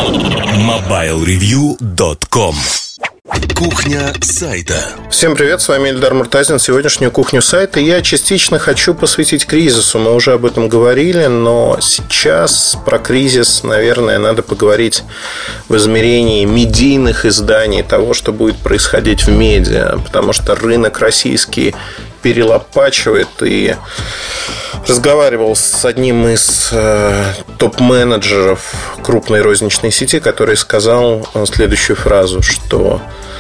MobileReview.com. Кухня сайта. Всем привет, с вами Эльдар Муртазин. Сегодняшнюю кухню сайта я частично хочу посвятить кризису. Мы уже об этом говорили, но сейчас про кризис, наверное, надо поговорить в измерении медийных изданий, того, что будет происходить в медиа, потому что рынок российский перелопачивает. И разговаривал с одним из топ-менеджеров крупной розничной сети, который сказал следующую фразу, что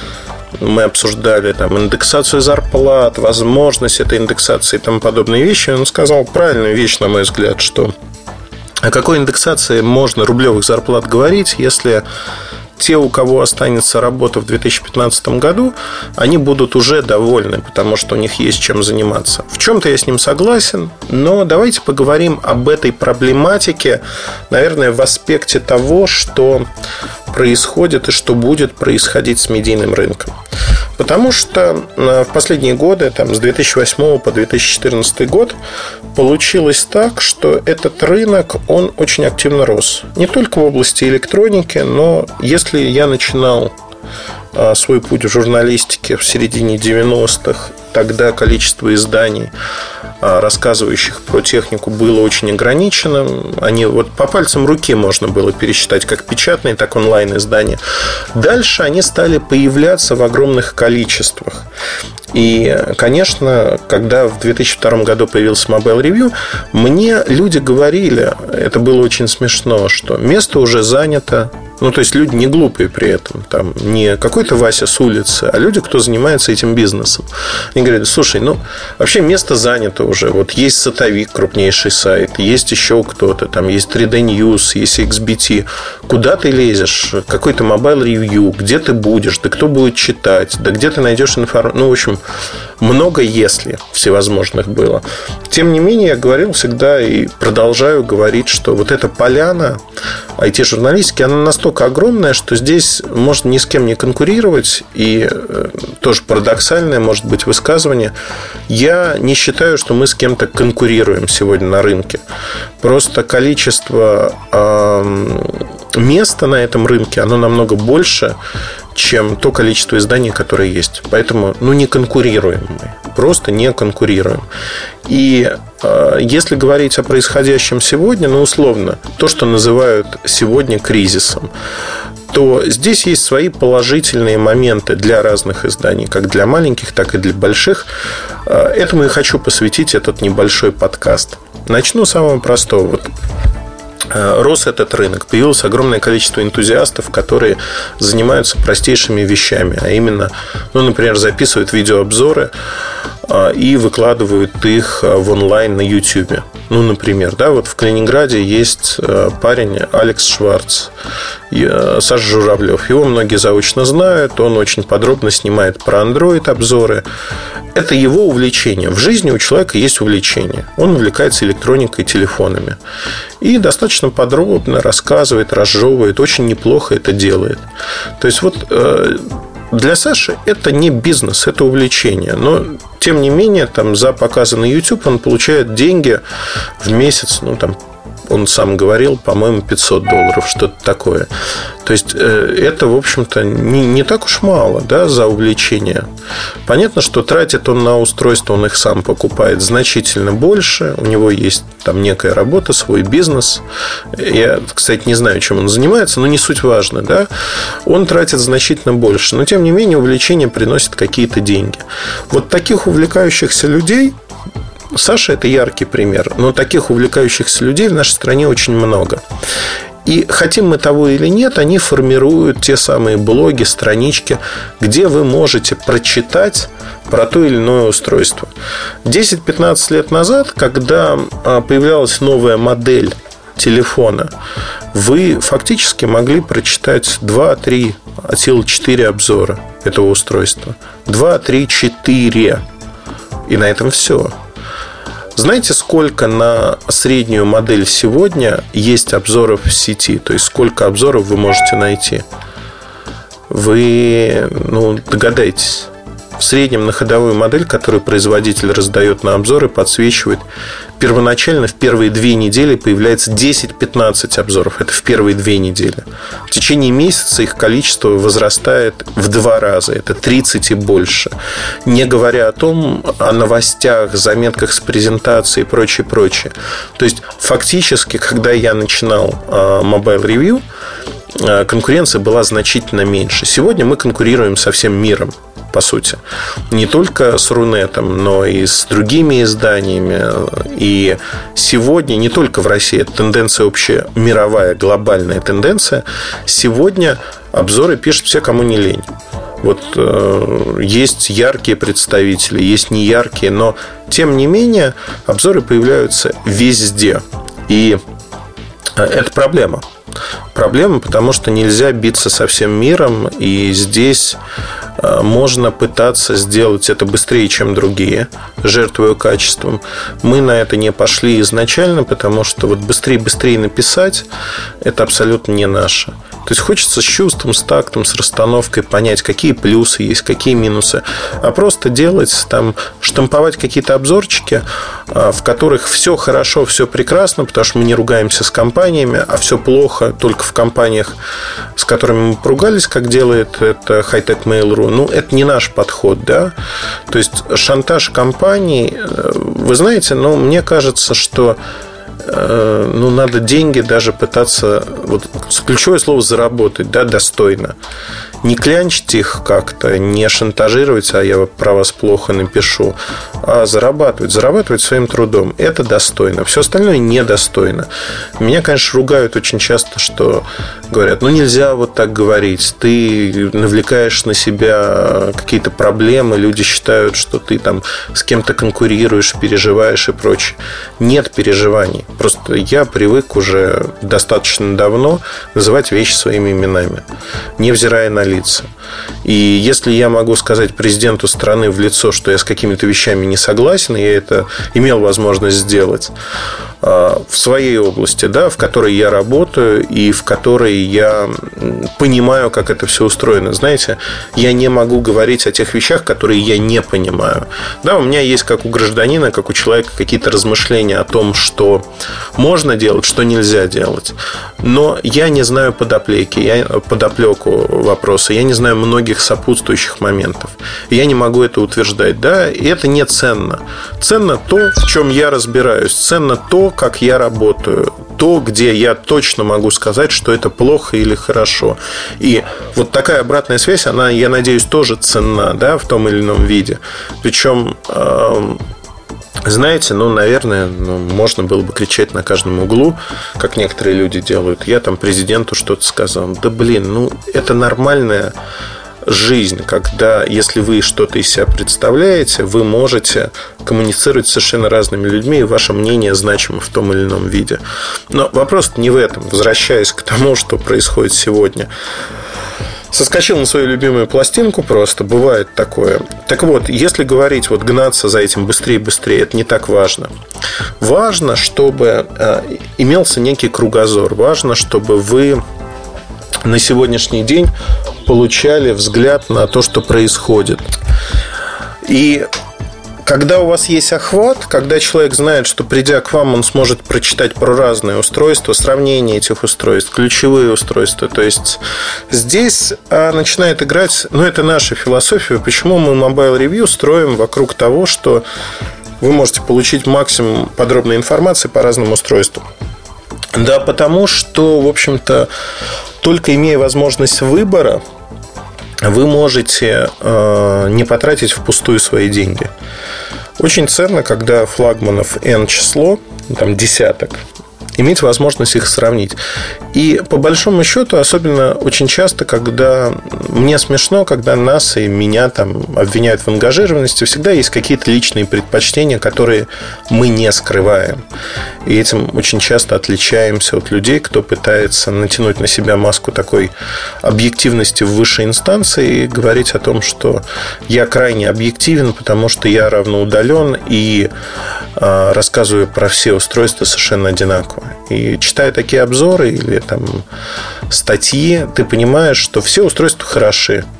мы обсуждали там индексацию зарплат, возможность этой индексации и тому подобные вещи. Он сказал правильную вещь, на мой взгляд, что о какой индексации можно рублевых зарплат говорить, если те, у кого останется работа в 2015 году, они будут уже довольны, потому что у них есть чем заниматься. В чем-то я с ним согласен, но давайте поговорим об этой проблематике, наверное, в аспекте того, что происходит и что будет происходить с медийным рынком. Потому что в последние годы, там, с 2008 по 2014 год, получилось так, что этот рынок, он очень активно рос. Не только в области электроники, но если я начинал свой путь в журналистике в середине 90-х, тогда количество изданий, рассказывающих про технику, было очень ограниченным. Они вот по пальцам руки можно было пересчитать как печатные, так и онлайн издания. Дальше они стали появляться в огромных количествах. И, конечно, когда в 2002 году появился Mobile Review, мне люди говорили, это было очень смешно, что место уже занято. Ну, то есть люди не глупые при этом. Там не какой-то Вася с улицы, а люди, кто занимается этим бизнесом. Они говорят: слушай, ну, вообще место занято уже. Вот есть Сотовик, крупнейший сайт, есть еще кто-то, там есть 3D News, есть XBT. Куда ты лезешь? Какой-то Mobile Review, где ты будешь? Да кто будет читать? Да где ты найдешь информацию? Ну, в общем, много «если» всевозможных было. Тем не менее, я говорил всегда и продолжаю говорить, что вот эта поляна IT-журналистики, она настолько огромная, что здесь можно ни с кем не конкурировать. И тоже парадоксальное может быть высказывание: я не считаю, что мы с кем-то конкурируем сегодня на рынке. Просто количество места на этом рынке, оно намного больше, чем то количество изданий, которые есть. Поэтому, не конкурируем мы. Просто не конкурируем. И если говорить о происходящем сегодня, условно, то, что называют сегодня кризисом, то здесь есть свои положительные моменты для разных изданий, как для маленьких, так и для больших. Этому и хочу посвятить этот небольшой подкаст. Начну с самого простого. Рос этот рынок, появилось огромное количество энтузиастов, которые занимаются простейшими вещами, а именно, например, записывают видеообзоры и выкладывают их в онлайн на YouTube. Например, вот в Калининграде есть парень Алекс Шварц, Саша Журавлев. Его многие заочно знают. Он очень подробно снимает про Android обзоры. Это его увлечение. В жизни у человека есть увлечение. Он увлекается электроникой, телефонами. И достаточно подробно рассказывает, разжевывает. Очень неплохо это делает. То есть для Саши это не бизнес, это увлечение. Но, тем не менее, за показы на YouTube он получает деньги в месяц, он сам говорил, по-моему, $500, что-то такое. То есть это, в общем-то, не так уж мало, за увлечение. Понятно, что тратит он на устройство, он их сам покупает значительно больше. У него есть там некая работа, свой бизнес. Я, кстати, не знаю, чем он занимается, но не суть важно, Он тратит значительно больше. Но, тем не менее, увлечение приносит какие-то деньги. Вот таких увлекающихся людей, Саша – это яркий пример, но таких увлекающихся людей в нашей стране очень много. И хотим мы того или нет, они формируют те самые блоги, странички, где вы можете прочитать про то или иное устройство. 10-15 лет назад, когда появлялась новая модель телефона, вы фактически могли прочитать 2-3, от силы 4 обзора этого устройства. 2, 3, 4. И на этом все. Знаете, сколько на среднюю модель сегодня есть обзоров в сети? То есть, сколько обзоров вы можете найти? Вы, догадайтесь. в среднем на ходовую модель, которую производитель раздает на обзоры, подсвечивает. Первоначально в первые 2 недели появляется 10-15 обзоров. Это в первые 2 недели. В течение месяца их количество возрастает в 2 раза. Это 30 и больше. Не говоря о новостях, заметках с презентацией и прочее. То есть, фактически, когда я начинал Mobile Review, конкуренция была значительно меньше. Сегодня мы конкурируем со всем миром, по сути. Не только с Рунетом, но и с другими изданиями. И сегодня, не только в России, это тенденция общая, мировая, глобальная тенденция. Сегодня обзоры пишут все, кому не лень. Вот есть яркие представители, есть неяркие, но тем не менее обзоры появляются везде. И это проблема. Проблема, потому что нельзя биться со всем миром, и здесь можно пытаться сделать это быстрее, чем другие, жертвуя качеством. Мы на это не пошли изначально, потому что вот быстрее написать – это абсолютно не наше. То есть хочется с чувством, с тактом, с расстановкой понять, какие плюсы есть, какие минусы. А просто делать, штамповать какие-то обзорчики, в которых все хорошо, все прекрасно, потому что мы не ругаемся с компаниями, а все плохо только в компаниях, с которыми мы поругались, как делает это High-Tech Mail.ru. Это не наш подход, да. То есть шантаж компаний, вы знаете, мне кажется, что надо деньги даже пытаться, ключевое слово, заработать, да, достойно. Не клянчить их как-то, не шантажировать, а я про вас плохо напишу, а зарабатывать своим трудом. Это достойно. Все остальное недостойно. Меня, конечно, ругают очень часто, что говорят, нельзя вот так говорить, ты навлекаешь на себя какие-то проблемы, люди считают, что ты там с кем-то конкурируешь, переживаешь и прочее. Нет переживаний. Просто я привык уже достаточно давно называть вещи своими именами, невзирая на лица. И если я могу сказать президенту страны в лицо, что я с какими-то вещами не согласен, я это имел возможность сделать в своей области, да, в которой я работаю и в которой я понимаю, как это все устроено. Знаете, я не могу говорить о тех вещах, которые я не понимаю. Да, у меня есть, как у гражданина, как у человека, какие-то размышления о том, что можно делать, что нельзя делать. Но я не знаю подоплеку вопроса, я не знаю многих сопутствующих моментов. Я не могу это утверждать, да, и это не ценно. Ценно то, в чем я разбираюсь, ценно то, как я работаю, то, где я точно могу сказать, что это плохо или хорошо. И вот такая обратная связь, она, я надеюсь, тоже ценна, да, в том или ином виде. Причем, знаете, наверное, можно было бы кричать на каждом углу, как некоторые люди делают. Я там президенту что-то сказал. Да блин, это нормальная жизнь, когда, если вы что-то из себя представляете, вы можете коммуницировать с совершенно разными людьми, и ваше мнение значимо в том или ином виде. Но вопрос не в этом. Возвращаясь к тому, что происходит сегодня. Соскочил на свою любимую пластинку просто, бывает такое. Так вот, если говорить, гнаться за этим быстрее, это не так важно. Важно, чтобы имелся некий кругозор. Важно, чтобы вы на сегодняшний день получали взгляд на то, что происходит. И когда у вас есть охват, когда человек знает, что придя к вам, он сможет прочитать про разные устройства, сравнение этих устройств, ключевые устройства, то есть здесь начинает играть, это наша философия, почему мы Mobile Review строим вокруг того, что вы можете получить максимум подробной информации по разным устройствам. Да, потому что, в общем-то, только имея возможность выбора, вы можете не потратить впустую свои деньги. Очень ценно, когда флагманов N число, десяток, иметь возможность их сравнить. И по большому счету, особенно очень часто, когда мне смешно, когда нас и меня обвиняют в ангажированности, всегда есть какие-то личные предпочтения, которые мы не скрываем. И этим очень часто отличаемся от людей, кто пытается натянуть на себя маску такой объективности в высшей инстанции и говорить о том, что я крайне объективен, потому что я равноудален и рассказываю про все устройства совершенно одинаково. И читая такие обзоры или статьи, ты понимаешь, что все устройства хороши.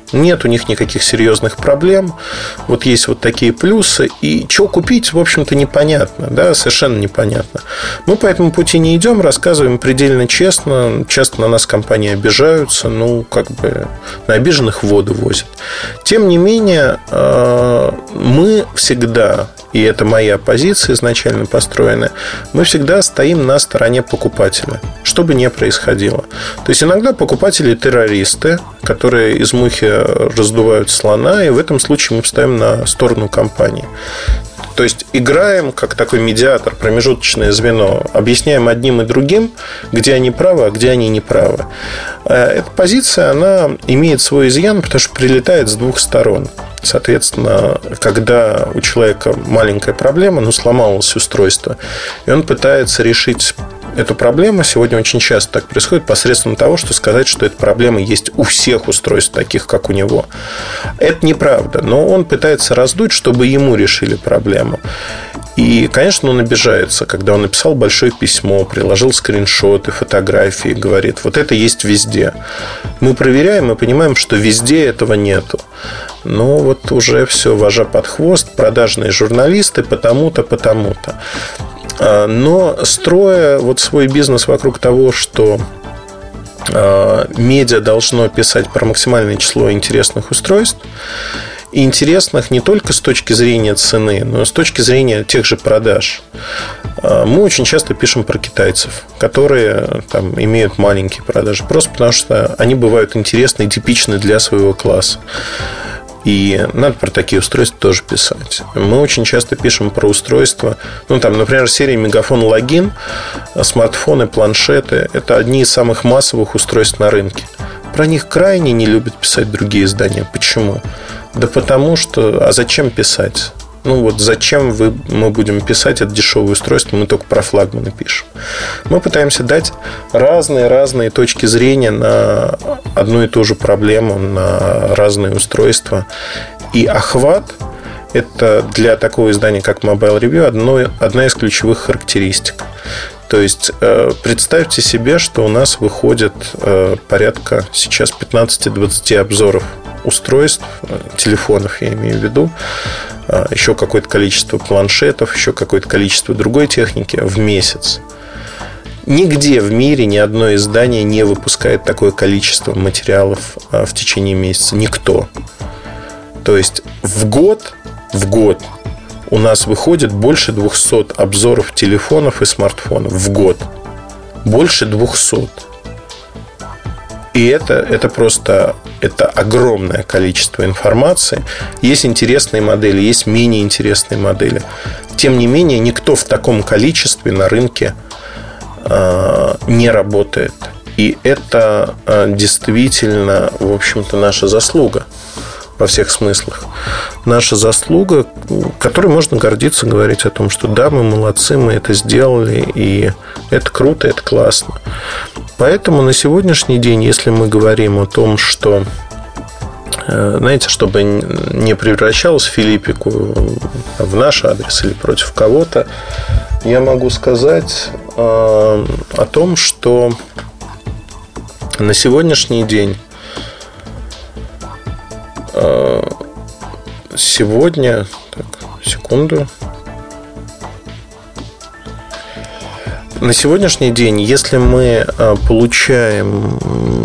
Нет у них никаких серьезных проблем. Вот есть вот такие плюсы. И что купить, в общем-то, непонятно. Да, совершенно непонятно. Мы по этому пути не идем, рассказываем предельно честно. Часто на нас компании обижаются. Ну, как бы на обиженных воду возят. Тем не менее, мы всегда, и это моя позиция изначально построенная, мы всегда стоим на стороне покупателя, что бы ни происходило. То есть иногда покупатели террористы, которые из мухи раздувают слона, и в этом случае мы встаем на сторону компании. То есть играем как такой медиатор, промежуточное звено, объясняем одним и другим, где они правы, а где они не правы. Эта позиция, она имеет свой изъян, потому что прилетает с двух сторон. Соответственно, когда у человека маленькая проблема, сломалось устройство, и он пытается решить эту проблему, сегодня очень часто так происходит, посредством того, что сказать, что эта проблема есть у всех устройств, таких как у него. Это неправда, но он пытается раздуть, чтобы ему решили проблему. И, конечно, он обижается, когда он написал большое письмо, приложил скриншоты, фотографии, говорит, вот это есть везде. Мы проверяем и понимаем, что везде этого нету. Но вот уже все, вожа под хвост, продажные журналисты, потому-то. Но строя вот свой бизнес вокруг того, что медиа должно писать про максимальное число интересных устройств, и интересных не только с точки зрения цены, но и с точки зрения тех же продаж. Мы очень часто пишем про китайцев, которые там имеют маленькие продажи, просто потому что они бывают интересны и типичны для своего класса. И надо про такие устройства тоже писать. Мы очень часто пишем про устройства, например, серия Мегафон Логин, смартфоны, планшеты. Это одни из самых массовых устройств на рынке. Про них крайне не любят писать другие издания. Почему? Да потому что... А зачем писать? Зачем мы будем писать это дешевое устройство? Мы только про флагманы пишем. Мы пытаемся дать разные точки зрения на одну и ту же проблему, на разные устройства. И охват – это для такого издания, как Mobile Review, одна из ключевых характеристик. То есть представьте себе, что у нас выходит порядка сейчас 15-20 обзоров устройств, телефонов, я имею в виду, еще какое-то количество планшетов, еще какое-то количество другой техники в месяц. Нигде в мире ни одно издание не выпускает такое количество материалов в течение месяца. Никто. То есть в год у нас выходит больше 200 обзоров телефонов и смартфонов в год. Больше 200. И это просто огромное количество информации. Есть интересные модели, есть менее интересные модели. Тем не менее, никто в таком количестве на рынке не работает. И это действительно, в общем-то, наша заслуга во всех смыслах. Наша заслуга, которой можно гордиться, говорить о том, что да, мы молодцы, мы это сделали, и это круто, это классно. Поэтому на сегодняшний день, если мы говорим о том, что, знаете, чтобы не превращалось Филиппику в наш адрес или против кого-то, я могу сказать о том, что на сегодняшний день сегодня, секунду. На сегодняшний день, если мы получаем,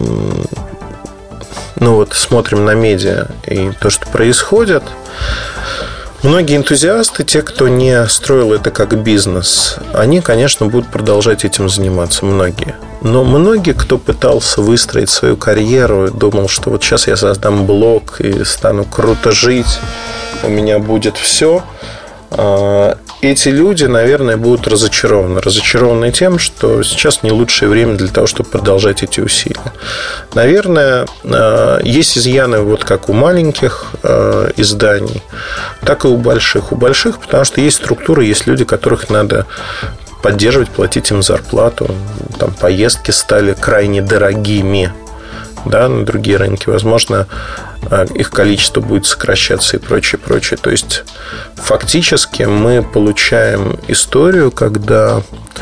смотрим на медиа и то, что происходит, многие энтузиасты, те, кто не строил это как бизнес, они, конечно, будут продолжать этим заниматься, многие. Но многие, кто пытался выстроить свою карьеру, думал, что вот сейчас я создам блог и стану круто жить, у меня будет все. Эти люди, наверное, будут разочарованы. Разочарованы тем, что сейчас не лучшее время для того, чтобы продолжать эти усилия. Наверное, есть изъяны вот как у маленьких изданий, так и у больших. У больших, потому что есть структуры, есть люди, которых надо поддерживать, платить им зарплату. Там поездки стали крайне дорогими, да, на другие рынки. Возможно, их количество будет сокращаться и прочее. То есть фактически мы получаем историю, когда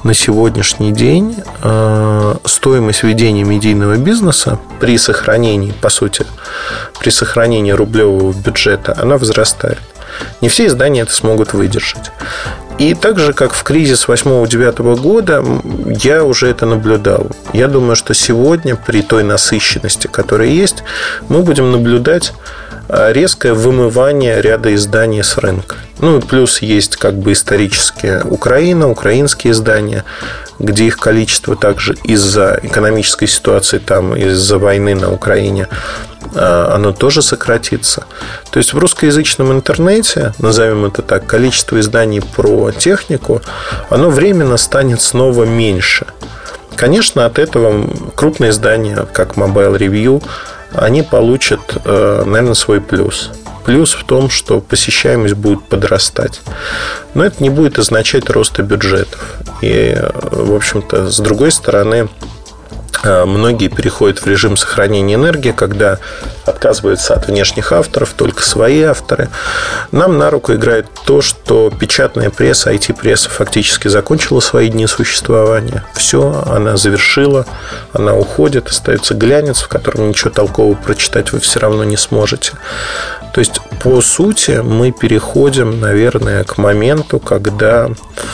на сегодняшний день стоимость ведения медийного бизнеса при сохранении, по сути, при сохранении рублевого бюджета, она возрастает. Не все издания это смогут выдержать. И так же, как в кризис 2008-2009 года, я уже это наблюдал. Я думаю, что сегодня, при той насыщенности, которая есть, мы будем наблюдать резкое вымывание ряда изданий с рынка. Ну и плюс есть как бы исторические украинские издания, где их количество также из-за экономической ситуации, там, из-за войны на Украине, оно тоже сократится. То есть в русскоязычном интернете, назовем это так, количество изданий про технику, оно временно станет снова меньше. Конечно, от этого крупные издания, как Mobile Review, они получат, наверное, свой плюс. Плюс в том, что посещаемость будет подрастать. Но это не будет означать роста бюджетов. И, в общем-то, с другой стороны, многие переходят в режим сохранения энергии, когда отказываются от внешних авторов, только свои авторы. Нам на руку играет то, что печатная пресса, IT-пресса фактически закончила свои дни существования. Все, она завершила, она уходит, остается глянец, в котором ничего толкового прочитать вы все равно не сможете. То есть, по сути, мы переходим, наверное, к моменту, когда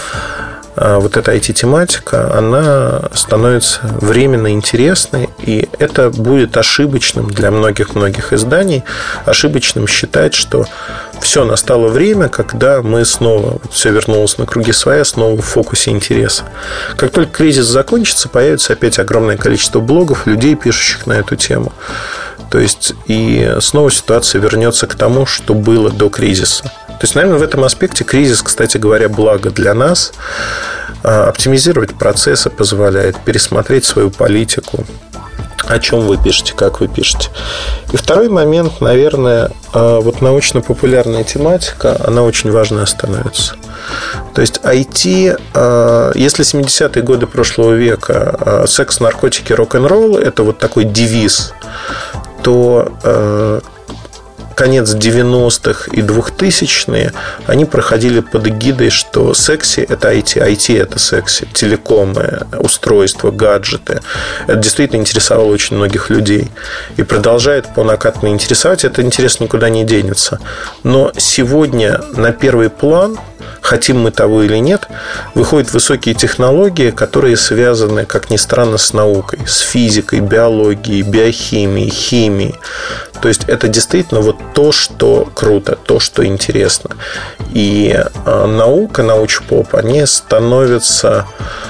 вот эта IT-тематика, она становится временно интересной, и это будет ошибочным для многих-многих изданий, ошибочным считать, что все, настало время, когда мы снова, все вернулось на круги своя, снова в фокусе интереса. Как только кризис закончится, появится опять огромное количество блогов, людей, пишущих на эту тему. То есть, и снова ситуация вернется к тому, что было до кризиса. То есть, наверное, в этом аспекте кризис, кстати говоря, благо для нас. Оптимизировать процессы позволяет, пересмотреть свою политику, о чем вы пишете, как вы пишете. И второй момент, наверное, вот научно-популярная тематика, она очень важной становится. То есть IT, если 70-е годы прошлого века секс, наркотики, рок-н-ролл – это вот такой девиз, то конец 90-х и 2000-е, они проходили под эгидой, что секси – это IT, IT – это секси, телекомы, устройства, гаджеты. Это действительно интересовало очень многих людей. И продолжает по накатанной интересовать. Это интерес никуда не денется. Но сегодня на первый план, хотим мы того или нет, выходят высокие технологии, которые связаны, как ни странно, с наукой, с физикой, биологией, биохимией, химией. То есть это действительно вот то, что круто, то, что интересно. И наука, научпоп, они становятся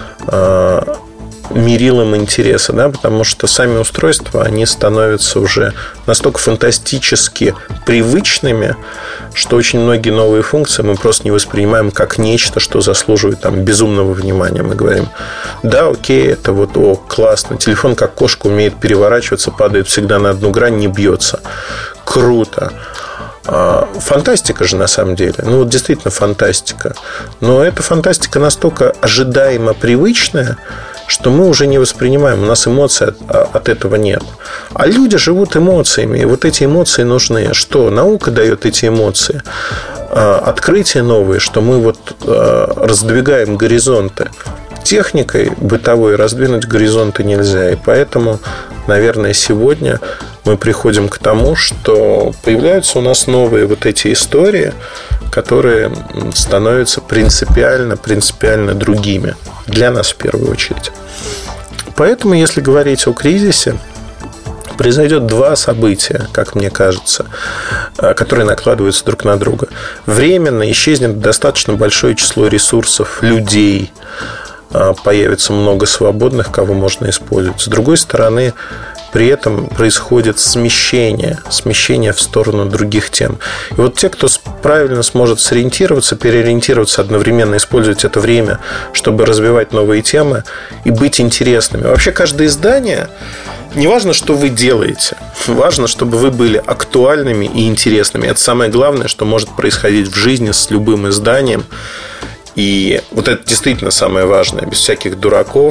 мерилом интереса, да, потому что сами устройства, они становятся уже настолько фантастически привычными, что очень многие новые функции мы просто не воспринимаем как нечто, что заслуживает там безумного внимания. Мы говорим, да, окей, это вот, о, классно, телефон как кошка умеет переворачиваться, падает всегда на одну грань, не бьется. Круто. Фантастика же на самом деле. Ну вот действительно фантастика. Но эта фантастика настолько ожидаемо привычная, что мы уже не воспринимаем. У нас эмоций от этого нет. А люди живут эмоциями. И вот эти эмоции нужны. Что? Наука дает эти эмоции. Открытия новые, что мы вот раздвигаем горизонты. Техникой бытовой раздвинуть горизонты нельзя. И поэтому, наверное, сегодня мы приходим к тому, что появляются у нас новые вот эти истории, которые становятся принципиально другими. Для нас в первую очередь. Поэтому, если говорить о кризисе, произойдет два события, как мне кажется, которые накладываются друг на друга. Временно исчезнет достаточно большое число ресурсов, людей, появится много свободных, кого можно использовать. С другой стороны, при этом происходит смещение в сторону других тем. И вот те, кто правильно сможет сориентироваться, переориентироваться, одновременно использовать это время, чтобы развивать новые темы и быть интересными. Вообще, каждое издание, не важно, что вы делаете, важно, чтобы вы были актуальными и интересными. Это самое главное, что может происходить в жизни с любым изданием. И вот это действительно самое важное, без всяких дураков.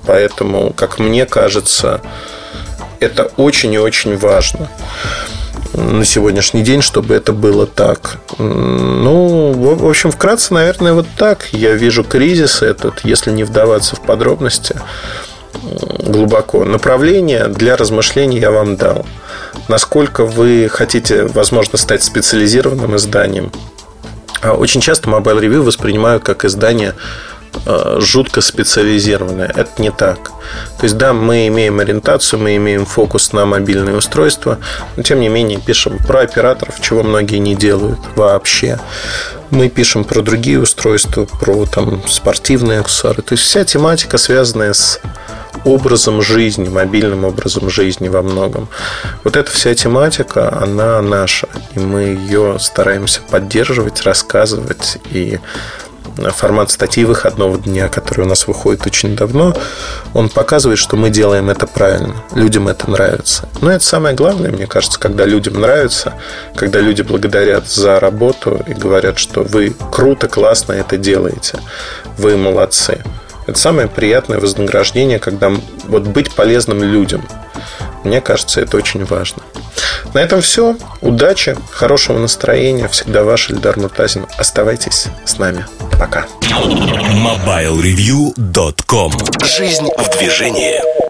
Поэтому, как мне кажется, это очень и очень важно. на сегодняшний день, чтобы это было так? Ну, в общем, вкратце, наверное, вот так. Я вижу кризис этот, если не вдаваться в подробности глубоко. Направление для размышлений я вам дал. Насколько вы хотите, возможно, стать специализированным изданием. Очень часто Mobile Review воспринимают как издание жутко специализированное. Это не так. То есть, да, мы имеем ориентацию, мы имеем фокус на мобильные устройства, но тем не менее пишем про операторов, чего многие не делают вообще. Мы пишем про другие устройства, про там спортивные аксессуары. То есть вся тематика, связанная с образом жизни, мобильным образом жизни во многом. Вот эта вся тематика, она наша. И мы ее стараемся поддерживать, рассказывать. И формат статьи выходного дня, который у нас выходит очень давно, он показывает, что мы делаем это правильно. Людям это нравится. Но это самое главное, мне кажется, когда людям нравится, когда люди благодарят за работу и говорят, что вы круто, классно это делаете. Вы молодцы. Это самое приятное вознаграждение, когда вот быть полезным людям. Мне кажется, это очень важно. На этом все. Удачи, хорошего настроения. Всегда ваш Эльдар Муртазин. Оставайтесь с нами. Пока. MobileReview.com. Жизнь в движении.